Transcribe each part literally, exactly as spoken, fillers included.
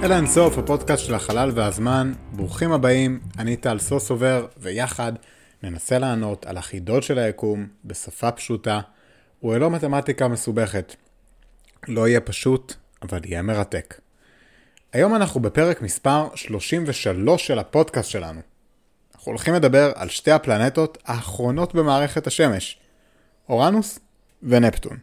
אל אינסוף, הפודקאסט של החלל והזמן. ברוכים הבאים, אני טל סוסובר, ויחד ננסה לענות על החידות של היקום בשפה פשוטה וללא מתמטיקה מסובכת. לא יהיה פשוט, אבל יהיה מרתק. היום אנחנו בפרק מספר שלושים ושלוש של הפודקאסט שלנו. אנחנו הולכים לדבר על שתי הפלנטות האחרונות במערכת השמש, אורנוס ונפטון.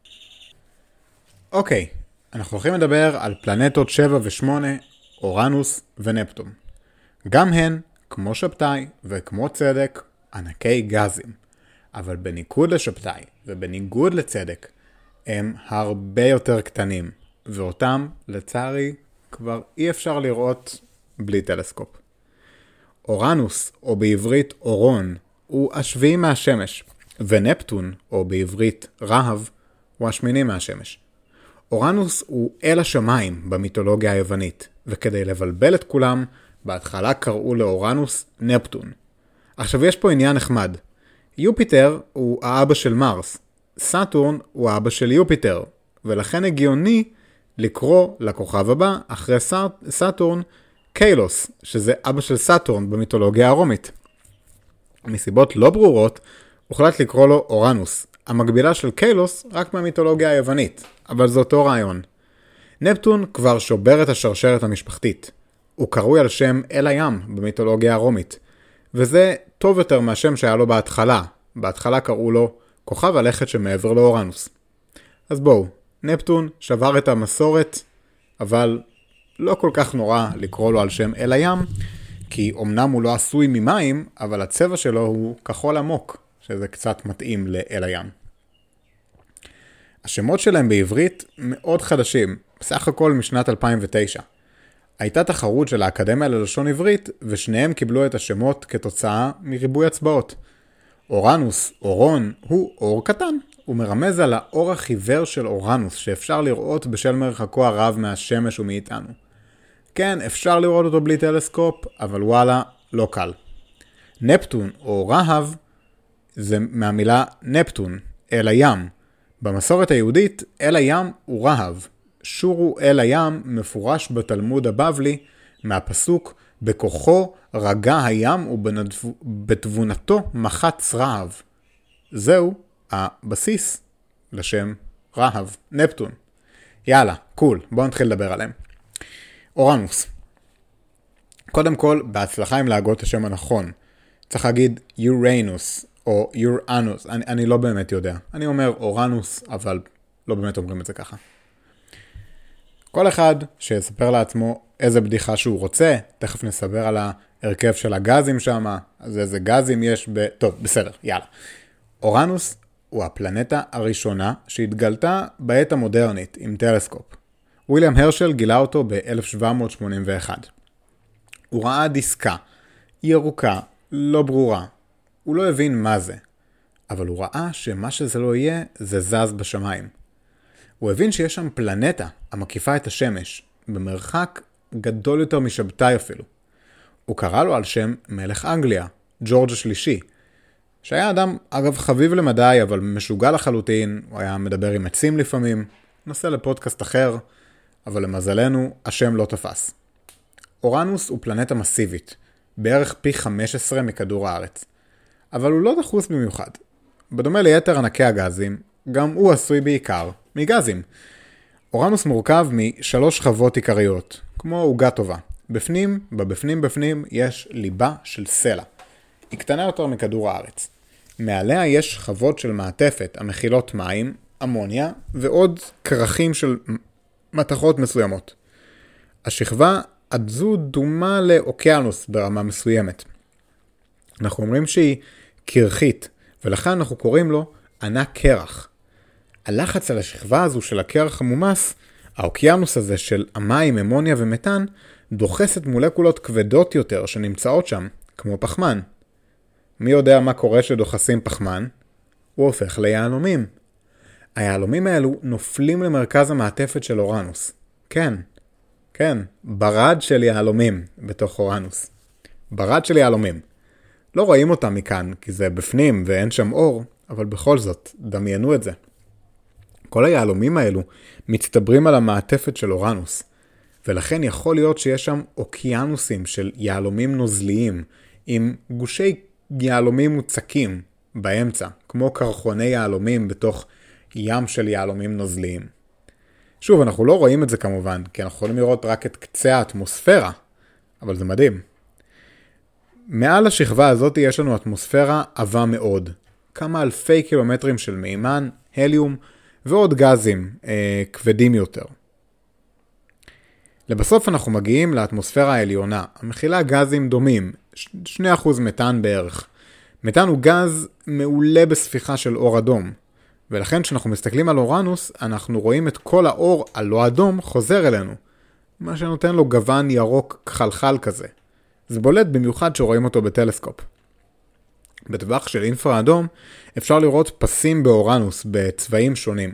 אוקיי, אנחנו הולכים לדבר על פלנטות שבע ושמונה, אורנוס ונפטון. גם הן, כמו שבתאי וכמו צדק, ענקי גזים. אבל בניגוד לשבתאי ובניגוד לצדק, הם הרבה יותר קטנים, ואותם, לצערי, כבר אי אפשר לראות בלי טלסקופ. אורנוס, או בעברית אורון, הוא השביעי מהשמש, ונפטון, או בעברית רהב, הוא השמיני מהשמש. אורנוס הוא אל השמיים במיתולוגיה היוונית, וכדי לבלבל את כולם, בהתחלה קראו לאורנוס נפטון. עכשיו יש פה עניין נחמד. יופיטר הוא האבא של מרס, סאטורן הוא האבא של יופיטר, ולכן הגיוני לקרוא לכוכב הבא אחרי סאטורן קיילוס, שזה אבא של סאטורן במיתולוגיה הרומית. מסיבות לא ברורות, הוחלט לקרוא לו אורנוס, המקבילה של קיילוס רק מהמיתולוגיה היוונית, אבל זה אותו רעיון. נפטון כבר שובר את השרשרת המשפחתית. הוא קרוי על שם אל הים במיתולוגיה הרומית, וזה טוב יותר מהשם שהיה לו בהתחלה. בהתחלה קראו לו כוכב הלכת שמעבר לאורנוס. אז בואו, נפטון שבר את המסורת, אבל לא כל כך נורא לקרוא לו על שם אל הים, כי אמנם הוא לא עשוי ממים, אבל הצבע שלו הוא כחול עמוק, שזה קצת מתאים לאל הים. השמות שלהם בעברית מאוד חדשים, בסך הכל משנת אלפיים ותשע. הייתה תחרות של האקדמיה ללשון עברית, ושניהם קיבלו את השמות כתוצאה מריבוי הצבעות. אורנוס, אורון, הוא אור קטן. הוא מרמז על האור החיוור של אורנוס, שאפשר לראות בשל מרחקו הרב מהשמש ומאיתנו. כן, אפשר לראות אותו בלי טלסקופ, אבל וואלה, לא קל. נפטון או רהב, זה מהמילה נפטון, אל הים. במסורת היהודית, אל הים הוא רהב. שורו אל הים מפורש בתלמוד הבבלי מהפסוק בכוחו רגע הים ובתבונתו מחץ רהב. זהו הבסיס לשם רהב, נפטון. יאללה, קול, בואו נתחיל לדבר עליהם. אורנוס. קודם כל, בהצלחה עם להגות השם הנכון. צריך להגיד יורנוס או יורנוס, אני, אני לא באמת יודע. אני אומר אורנוס, אבל לא באמת אומרים את זה ככה. כל אחד שיספר לעצמו איזה בדיחה שהוא רוצה, תכף נסבר על ההרכב של הגזים שם, אז איזה גזים יש ב... טוב, בסדר, יאללה. אורנוס הוא הפלנטה הראשונה שהתגלתה בעת המודרנית עם טלסקופ. וויליאם הרשל גילה אותו ב-אלף שבע מאות שמונים ואחת. הוא ראה דיסקה, ירוקה, לא ברורה. הוא לא הבין מה זה, אבל הוא ראה שמה שזה לא יהיה, זה זז בשמיים. הוא הבין שיש שם פלנטה המקיפה את השמש, במרחק גדול יותר משבתאי אפילו. הוא קרא לו על שם מלך אנגליה, ג'ורג' השלישי, שהיה אדם, אגב, חביב למדי, אבל משוגע לחלוטין. הוא היה מדבר עם עצים לפעמים, נושא לפודקאסט אחר, אבל למזלנו, השם לא תפס. אורנוס הוא פלנטה מסיבית, בערך פי חמש עשרה מכדור הארץ. אבל הוא לא דחוס במיוחד. בדומה ליתר ענקי הגזים, גם הוא עשוי בעיקר מגזים. אורנוס מורכב משלוש שכבות עיקריות, כמו עוגה טובה. בפנים, בבפנים בפנים, יש ליבה של סלע. היא קטנה יותר מכדור הארץ. מעליה יש שכבות של מעטפת המכילות מים, אמוניה ועוד כרכים של מתכות מסוימות. השכבה עד זו דומה לאוקיינוס ברמה מסוימת. אנחנו אומרים שהיא קרחית, ולכן אנחנו קוראים לו ענק קרח. הלחץ על השכבה הזו של הקרח המומס, האוקיינוס הזה של המים, אמוניה ומתן, דוחס את מולקולות כבדות יותר שנמצאות שם, כמו פחמן. מי יודע מה קורה שדוחסים פחמן? הוא הופך ליהלומים. היהלומים האלו נופלים למרכז המעטפת של אורנוס. כן, כן, ברד של יהלומים בתוך אורנוס. ברד של יהלומים. לא רואים אותם מכאן, כי זה בפנים ואין שם אור, אבל בכל זאת, דמיינו את זה. כל היהלומים האלו מצטברים על המעטפת של אורנוס, ולכן יכול להיות שיש שם אוקיינוסים של יהלומים נוזליים, עם גושי יהלומים מוצקים באמצע, כמו קרחוני יהלומים בתוך ים של יהלומים נוזליים. שוב, אנחנו לא רואים את זה כמובן, כי אנחנו יכולים לראות רק את קצה האטמוספירה, אבל זה מדהים. מעל השכבה הזאת יש לנו אטמוספירה עבה מאוד, כמה אלפי קילומטרים של מימן, הליום ועוד גזים אה, כבדים יותר. לבסוף אנחנו מגיעים לאטמוספירה העליונה, המכילה גזים דומים, שני אחוז מתאן בערך. מתאן הוא גז מעולה בספיחה של אור אדום, ולכן כשאנחנו מסתכלים על אורנוס, אנחנו רואים את כל האור הלא אדום חוזר אלינו, מה שנותן לו גוון ירוק חלחל כזה. זה בולט במיוחד שרואים אותו בטלסקופ. בטווח של אינפרה אדום אפשר לראות פסים באורנוס בצבעים שונים.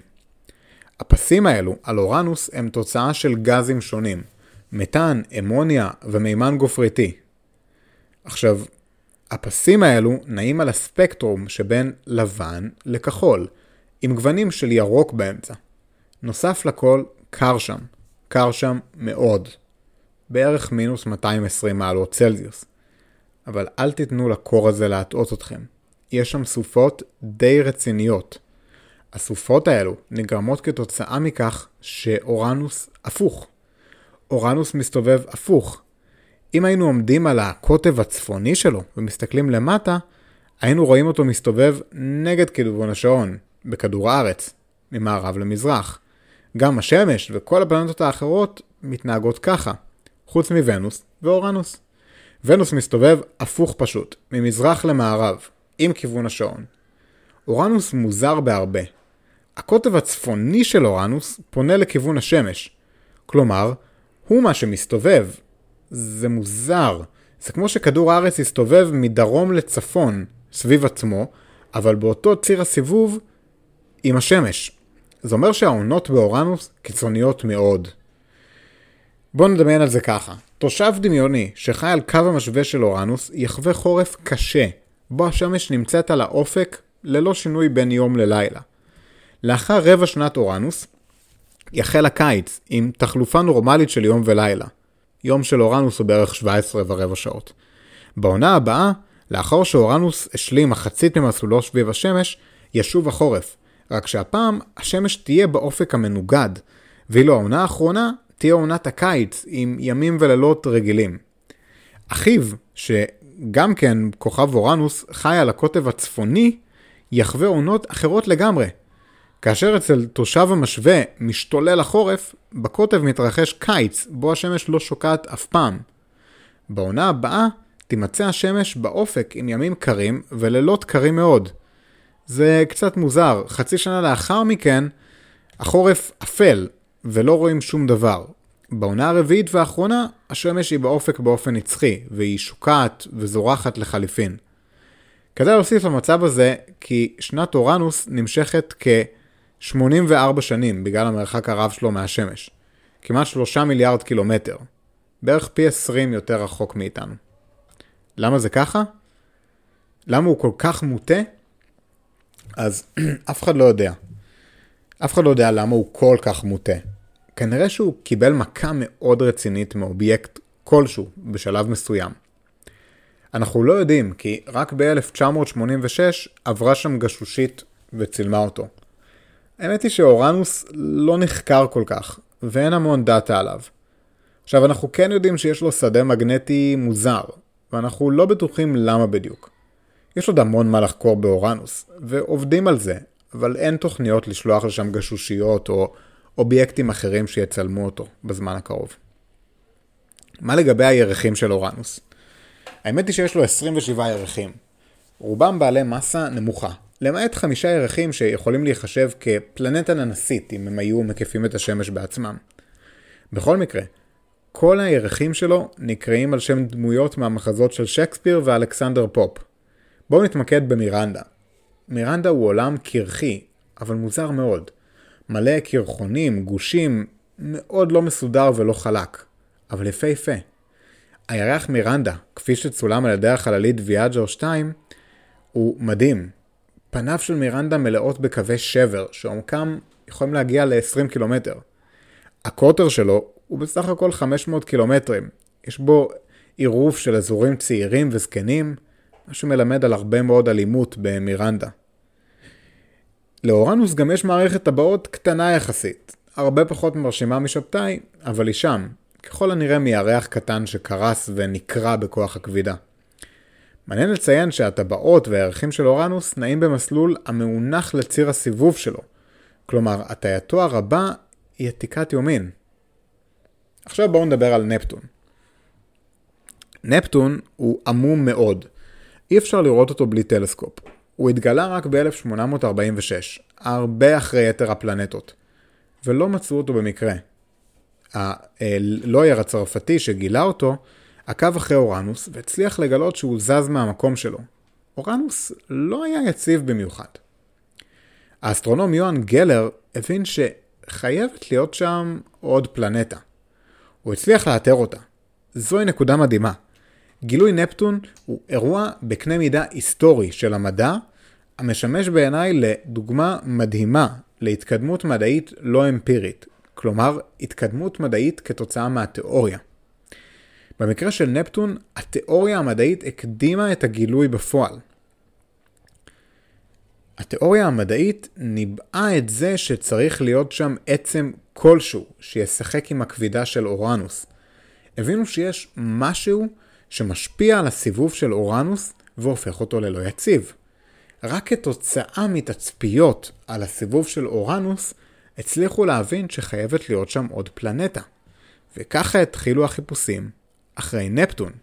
הפסים האלו על אורנוס הם תוצאה של גזים שונים, מתאן, אמוניה ומימן גופריתי. עכשיו, הפסים האלו נעים על הספקטרום שבין לבן לכחול, עם גוונים של ירוק באמצע. נוסף לכל, קר שם, קר שם מאוד, בערך מינוס מאתיים ועשרים מעלות צלזיוס. אבל אל תיתנו לקור הזה להטעות אתכם. יש שם סופות די רציניות. הסופות האלו נגרמות כתוצאה מכך שאורנוס הפוך. אורנוס מסתובב הפוך. אם היינו עומדים על הקוטב הצפוני שלו ומסתכלים למטה, היינו רואים אותו מסתובב נגד כיוון השעון, בכדור הארץ, ממערב למזרח. גם השמש וכל הפלנטות האחרות מתנהגות ככה, חוץ מוונוס ואורנוס. ונוס מסתובב הפוך פשוט, ממזרח למערב, עם כיוון השעון. אורנוס מוזר בהרבה. הקוטב הצפוני של אורנוס פונה לכיוון השמש. כלומר, הוא מה שמסתובב. זה מוזר. זה כמו שכדור הארץ יסתובב מדרום לצפון, סביב עצמו, אבל באותו ציר הסיבוב עם השמש. זה אומר שהעונות באורנוס קיצוניות מאוד. בואו נדמיין על זה ככה. תושב דמיוני שחי על קו המשווה של אורנוס יחווה חורף קשה, בו השמש נמצאת על האופק ללא שינוי בין יום ללילה. לאחר רבע שנת אורנוס, יחל הקיץ עם תחלופה נורמלית של יום ולילה. יום של אורנוס הוא בערך שבע עשרה ורבע שעות. בעונה הבאה, לאחר שאורנוס השלים מחצית ממסלולו סביב השמש, ישוב החורף. רק שהפעם השמש תהיה באופק המנוגד, ואילו העונה האחרונה תהיה עונת הקיץ עם ימים ולילות רגילים. אחיו, שגם כן כוכב אורנוס חי על הקוטב הצפוני, יחווה עונות אחרות לגמרי. כאשר אצל תושב המשווה משתולל החורף, בקוטב מתרחש קיץ, בו השמש לא שוקעת אף פעם. בעונה הבאה תימצא השמש באופק עם ימים קרים ולילות קרים מאוד. זה קצת מוזר, חצי שנה לאחר מכן החורף אפל ולא רואים שום דבר. בעונה הרביעית והאחרונה השמש היא באופק באופן נצחי והיא שוקעת וזורחת לחליפין. כדאי להוסיף למצב הזה כי שנת אורנוס נמשכת כ-שמונים וארבע שנים בגלל המרחק הרב שלו מהשמש. כמעט שלושה מיליארד קילומטר. בערך פי עשרים יותר רחוק מאיתנו. למה זה ככה? למה הוא כל כך מוטה? אז אף אחד לא יודע. אף אחד לא יודע למה הוא כל כך מוטה. כנראה שהוא קיבל מכה מאוד רצינית מאובייקט כלשהו בשלב מסוים. אנחנו לא יודעים כי רק ב-אלף תשע מאות שמונים ושש עברה שם גשושית וצילמה אותו. האמת היא שאורנוס לא נחקר כל כך ואין המון דאטה עליו. עכשיו אנחנו כן יודעים שיש לו שדה מגנטי מוזר ואנחנו לא בטוחים למה בדיוק. יש עוד המון מה לחקור באורנוס ועובדים על זה, אבל אין תוכניות לשלוח לשם גשושיות או אובייקטים אחרים שיצלמו אותו בזמן הקרוב. מה לגבי הירחים של אורנוס? האמת היא שיש לו עשרים ושבעה ירחים. רובם בעלי מסה נמוכה, למעט חמישה ירחים שיכולים להיחשב כפלנטה ננסית אם הם היו מקיפים את השמש בעצמם. בכל מקרה, כל הירחים שלו נקראים על שם דמויות מהמחזות של שייקספיר ואלכסנדר פופ. בואו נתמקד במירנדה. מירנדה הוא עולם קרחי, אבל מוזר מאוד. מלא קרחונים, גושים, מאוד לא מסודר ולא חלק, אבל יפה יפה. הירח מירנדה, כפי שצולם על ידי החללית ויאג'ר שתיים, הוא מדהים. פניו של מירנדה מלאות בקווי שבר, שעומקם יכולים להגיע ל-עשרים קילומטר. הקוטר שלו הוא בסך הכל חמש מאות קילומטרים. יש בו עירוב של אזורים צעירים וזקנים, מה שמלמד על הרבה מאוד אלימות במירנדה. לאורנוס גם יש מערכת טבעות קטנה יחסית, הרבה פחות מרשימה משבתאי, אבל היא שם, ככל הנראה מירח קטן שקרס ונקרע בכוח הכבידה. מעניין לציין שהטבעות והערכים של אורנוס נעים במסלול המאונח לציר הסיבוב שלו, כלומר, הטייתו הרבה היא עתיקת יומין. עכשיו בואו נדבר על נפטון. נפטון הוא עמום מאוד. אי אפשר לראות אותו בלי טלסקופ. הוא התגלה רק ב-אלף שמונה מאות ארבעים ושש, הרבה אחרי יתר הפלנטות, ולא מצאו אותו במקרה. הלויר הצרפתי שגילה אותו, עקב אחרי אורנוס והצליח לגלות שהוא זז מהמקום שלו. אורנוס לא היה יציב במיוחד. האסטרונום יוהאן גלר הבין שחייבת להיות שם עוד פלנטה. הוא הצליח לאתר אותה. זוהי נקודה מדהימה. גילוי נפטון הוא אירוע בקנה מידה היסטורי של המדע, המשמש בעיניי לדוגמה מדהימה להתקדמות מדעית לא אמפירית, כלומר התקדמות מדעית כתוצאה מהתיאוריה. במקרה של נפטון, התיאוריה המדעית הקדימה את הגילוי בפועל. התיאוריה המדעית ניבאה את זה שצריך להיות שם עצם כלשהו שישחק עם הכבידה של אורנוס. הבינו שיש משהו שמשפיע על הסיבוב של אורנוס והופך אותו ללא יציב. רק כתוצאה מתצפיות על הסיבוב של אורנוס הצליחו להבין שחייבת להיות שם עוד פלנטה. וככה התחילו החיפושים אחרי נפטון.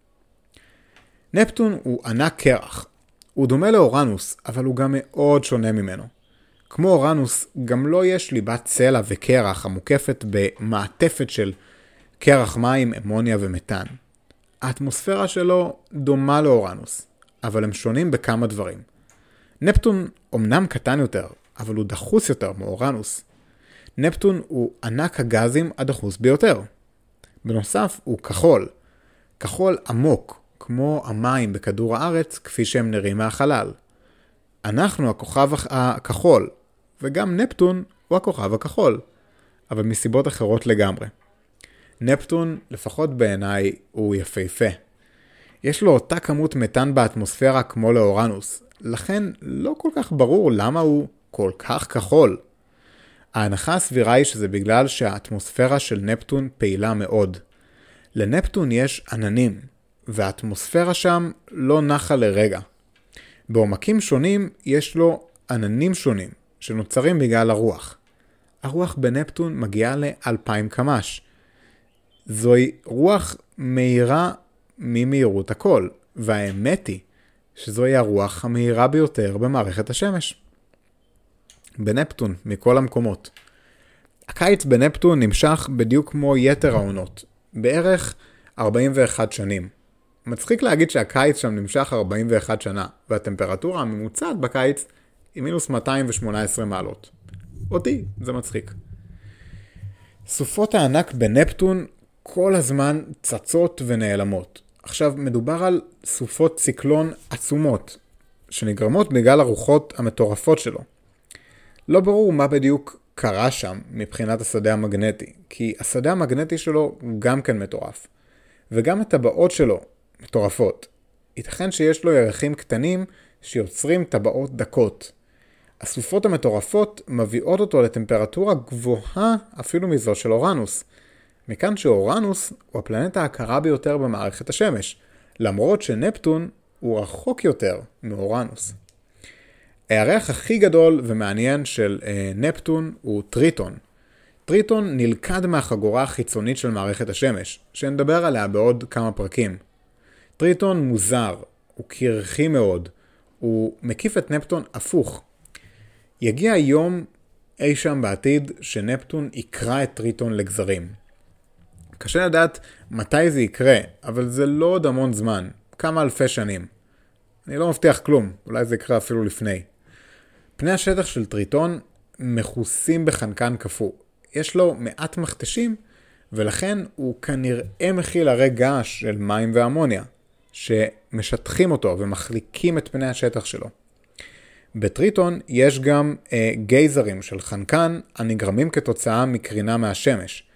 נפטון הוא ענק קרח. הוא דומה לאורנוס, אבל הוא גם מאוד שונה ממנו. כמו אורנוס, גם לא יש ליבת צלע וקרח המוקפת במעטפת של קרח מים, אמוניה ומתאן. האטמוספירה שלו דומה לאורנוס, אבל הם שונים בכמה דברים. נפטון אומנם קטן יותר, אבל הוא דחוס יותר מאורנוס. נפטון הוא ענק הגזים הדחוס ביותר. בנוסף, הוא כחול. כחול עמוק, כמו המים בכדור הארץ, כפי שהם נראים מהחלל. אנחנו הכוכב הכחול, וגם נפטון הוא הכוכב הכחול, אבל מסיבות אחרות לגמרי. נפטון, לפחות בעיניי, הוא יפהפה. יש לו אותה כמות מתאן באטמוספירה כמו לאורנוס, לכן לא כל כך ברור למה הוא כל כך כחול. ההנחה הסבירה היא שזה בגלל שהאטמוספירה של נפטון פעילה מאוד. לנפטון יש עננים, והאטמוספירה שם לא נחה לרגע. בעומקים שונים יש לו עננים שונים, שנוצרים בגלל הרוח. הרוח בנפטון מגיעה ל-אלפיים קמ"ש. זוהי רוח מהירה ממהירות הכל, והאמת היא שזוהי הרוח המהירה ביותר במערכת השמש. בנפטון, מכל המקומות. הקיץ בנפטון נמשך בדיוק כמו יתר העונות, בערך ארבעים ואחת שנים. מצחיק להגיד שהקיץ שם נמשך ארבעים ואחת שנה, והטמפרטורה הממוצעת בקיץ היא מינוס מאתיים ושמונה עשרה מעלות. אותי זה מצחיק. סופות הענק בנפטון כל הזמן צצות ונעלמות. עכשיו מדובר על סופות ציקלון עצומות, שנגרמות בגלל הרוחות המטורפות שלו. לא ברור מה בדיוק קרה שם מבחינת השדה המגנטי, כי השדה המגנטי שלו גם כן מטורף. וגם הטבעות שלו מטורפות. ייתכן שיש לו ירחים קטנים שיוצרים טבעות דקות. הסופות המטורפות מביאות אותו לטמפרטורה גבוהה אפילו מזו של אורנוס. מכאן שאורנוס הוא הפלנטה הקרה ביותר במערכת השמש, למרות שנפטון הוא רחוק יותר מאורנוס. הירח הכי גדול ומעניין של אה, נפטון הוא טריטון. טריטון נלכד מהחגורה החיצונית של מערכת השמש, שנדבר עליה בעוד כמה פרקים. טריטון מוזר, הוא קרחי מאוד, הוא מקיף את נפטון הפוך. יגיע יום אי שם בעתיד שנפטון יקרא את טריטון לגזרים. קשה לדעת מתי זה יקרה, אבל זה לא עוד המון זמן, כמה אלפי שנים. אני לא מבטיח כלום, אולי זה יקרה אפילו לפני. פני השטח של טריטון מכוסים בחנקן קפוא. יש לו מעט מכתשים, ולכן הוא כנראה מכיל הרי געש של מים ואמוניה, שמשטחים אותו ומחליקים את פני השטח שלו. בטריטון יש גם אה, גייזרים של חנקן הנגרמים כתוצאה מקרינה מהשמש.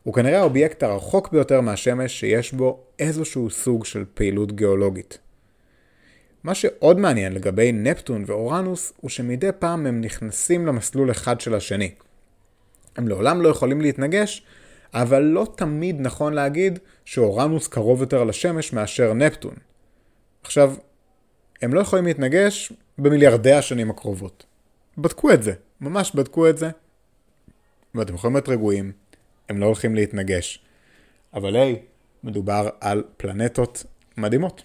הוא כנראה האובייקט הרחוק ביותר מהשמש שיש בו איזשהו סוג של פעילות גיאולוגית. מה שעוד מעניין לגבי נפטון ואורנוס הוא שמדי פעם הם נכנסים למסלול אחד של השני. הם לעולם לא יכולים להתנגש, אבל לא תמיד נכון להגיד שאורנוס קרוב יותר לשמש מאשר נפטון. עכשיו, הם לא יכולים להתנגש במיליארדי השנים הקרובות. בדקו את זה, ממש בדקו את זה. ואתם יכולים להיות רגועים, הם לא הולכים להתנגש. אבל היי, מדובר על פלנטות מדהימות.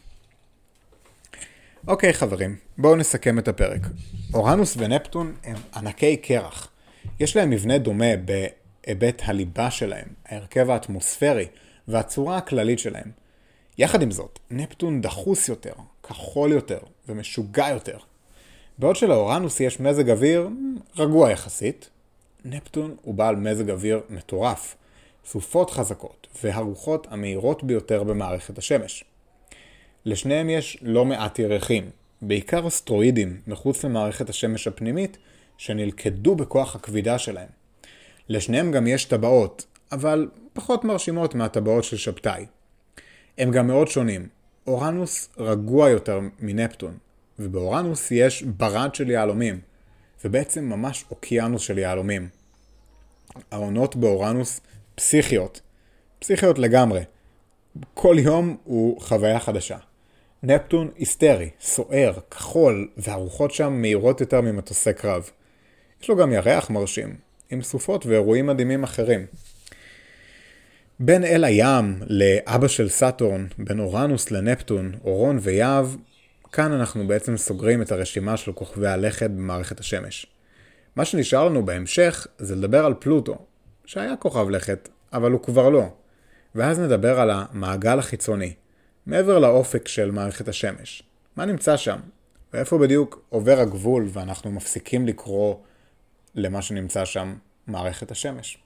אוקיי חברים, בואו נסכם את הפרק. אורנוס ונפטון הם ענקי קרח. יש להם מבנה דומה בהיבט הליבה שלהם, ההרכב האטמוספרי והצורה הכללית שלהם. יחד עם זאת, נפטון דחוס יותר, כחול יותר ומשוגע יותר. בעוד שלאורנוס יש מזג אוויר רגוע יחסית, נפטון הוא בעל מזג אוויר מטורף, סופות חזקות והרוחות המהירות ביותר במערכת השמש. לשניהם יש לא מעט ירחים, בעיקר אסטרואידים מחוץ למערכת השמש הפנימית שנלכדו בכוח הכבידה שלהם. לשניהם גם יש טבעות, אבל פחות מרשימות מהטבעות של שבתאי. הם גם מאוד שונים. אורנוס רגוע יותר מנפטון, ובאורנוס יש ברד של יהלומים, ובעצם ממש אוקיינוס של יהלומים. העונות באורנוס פסיכיות, פסיכיות לגמרי. כל יום הוא חוויה חדשה. נפטון היסטרי, סוער, כחול, והרוחות שם מהירות יותר ממטוסי קרב. יש לו גם ירח מרשים, עם סופות ואירועים מדהימים אחרים. בין אל הים לאבא של סאטורן, בין אורנוס לנפטון, אורון ויהב, כאן אנחנו בעצם סוגרים את הרשימה של כוכבי הלכת במערכת השמש. מה שנשאר לנו בהמשך זה לדבר על פלוטו, שהיה כוכב לכת, אבל הוא כבר לא. ואז נדבר על המעגל החיצוני, מעבר לאופק של מערכת השמש. מה נמצא שם? ואיפה בדיוק עובר הגבול ואנחנו מפסיקים לקרוא למה שנמצא שם מערכת השמש.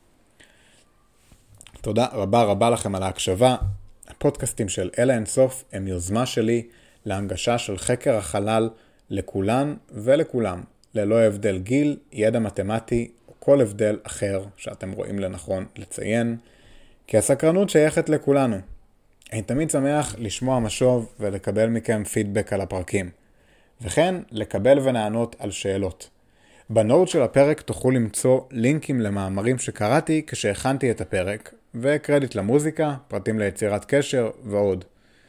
תודה רבה רבה לכם על ההקשבה. הפודקאסטים של אלה אינסוף הם יוזמה שלי להנגשה של חקר החלל לכולן ולכולם, ללא הבדל גיל, ידע מתמטי או כל הבדל אחר שאתם רואים לנכון לציין, כי הסקרנות שייכת לכולנו. אני תמיד שמח לשמוע משוב ולקבל מכם פידבק על הפרקים, וכן לקבל ונענות על שאלות. בנוט של הפרק תוכלו למצוא לינקים למאמרים שקראתי כשהכנתי את הפרק, וקרדיט למוזיקה, פרטים ליצירת קשר ועוד.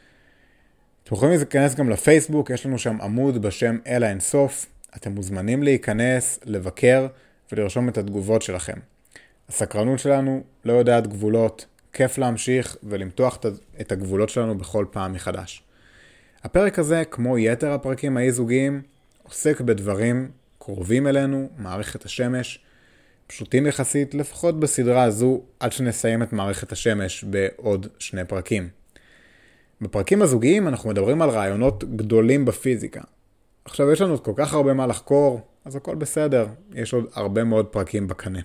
אתם יכולים להיכנס גם לפייסבוק, יש לנו שם עמוד בשם אלה אינסוף. אתם מוזמנים להיכנס, לבקר ולרשום את התגובות שלכם. הסקרנות שלנו לא יודעת גבולות, כיף להמשיך ולמתוח את הגבולות שלנו בכל פעם מחדש. הפרק הזה, כמו יתר הפרקים האי-זוגיים, עוסק בדברים קרובים אלינו, מערכת השמש, פשוטים יחסית, לפחות בסדרה הזו, עד שנסיים את מערכת השמש בעוד שני פרקים. בפרקים הזוגיים אנחנו מדברים על רעיונות גדולים בפיזיקה. עכשיו יש לנו כל כך הרבה מה לחקור, אז הכל בסדר, יש עוד הרבה מאוד פרקים בקנה.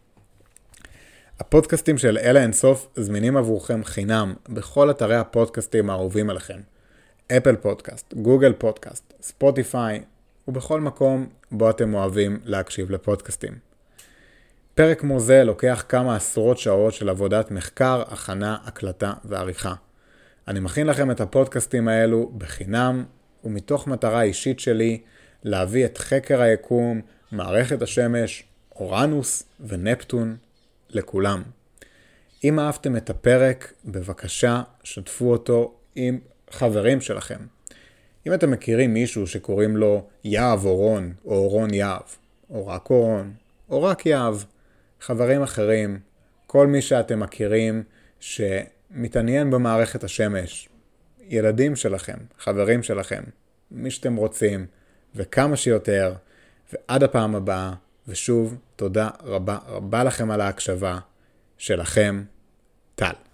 הפודקאסטים של אלה אינסוף זמינים עבורכם חינם בכל אתרי הפודקאסטים האהובים עליכם. אפל פודקאסט, גוגל פודקאסט, ספוטיפיי, ובכל מקום בו אתם אוהבים להקשיב לפודקאסטים. פרק כמו זה לוקח כמה עשרות שעות של עבודת מחקר, הכנה, הקלטה ועריכה. אני מכין לכם את הפודקאסטים האלו בחינם, ומתוך מטרה אישית שלי להביא את חקר היקום, מערכת השמש, אורנוס ונפטון לכולם. אם אהבתם את הפרק, בבקשה שתפו אותו עם חברים שלכם. אם אתם מכירים מישהו שקוראים לו יהב אורון, או אורון יהב, או רק אורון, או רק יהב, חברים אחרים, כל מי שאתם מכירים שמתעניין במערכת השמש, ילדים שלכם, חברים שלכם, מי שאתם רוצים, וכמה שיותר, ועד הפעם הבאה, ושוב, תודה רבה רבה לכם על ההקשבה שלכם, טל.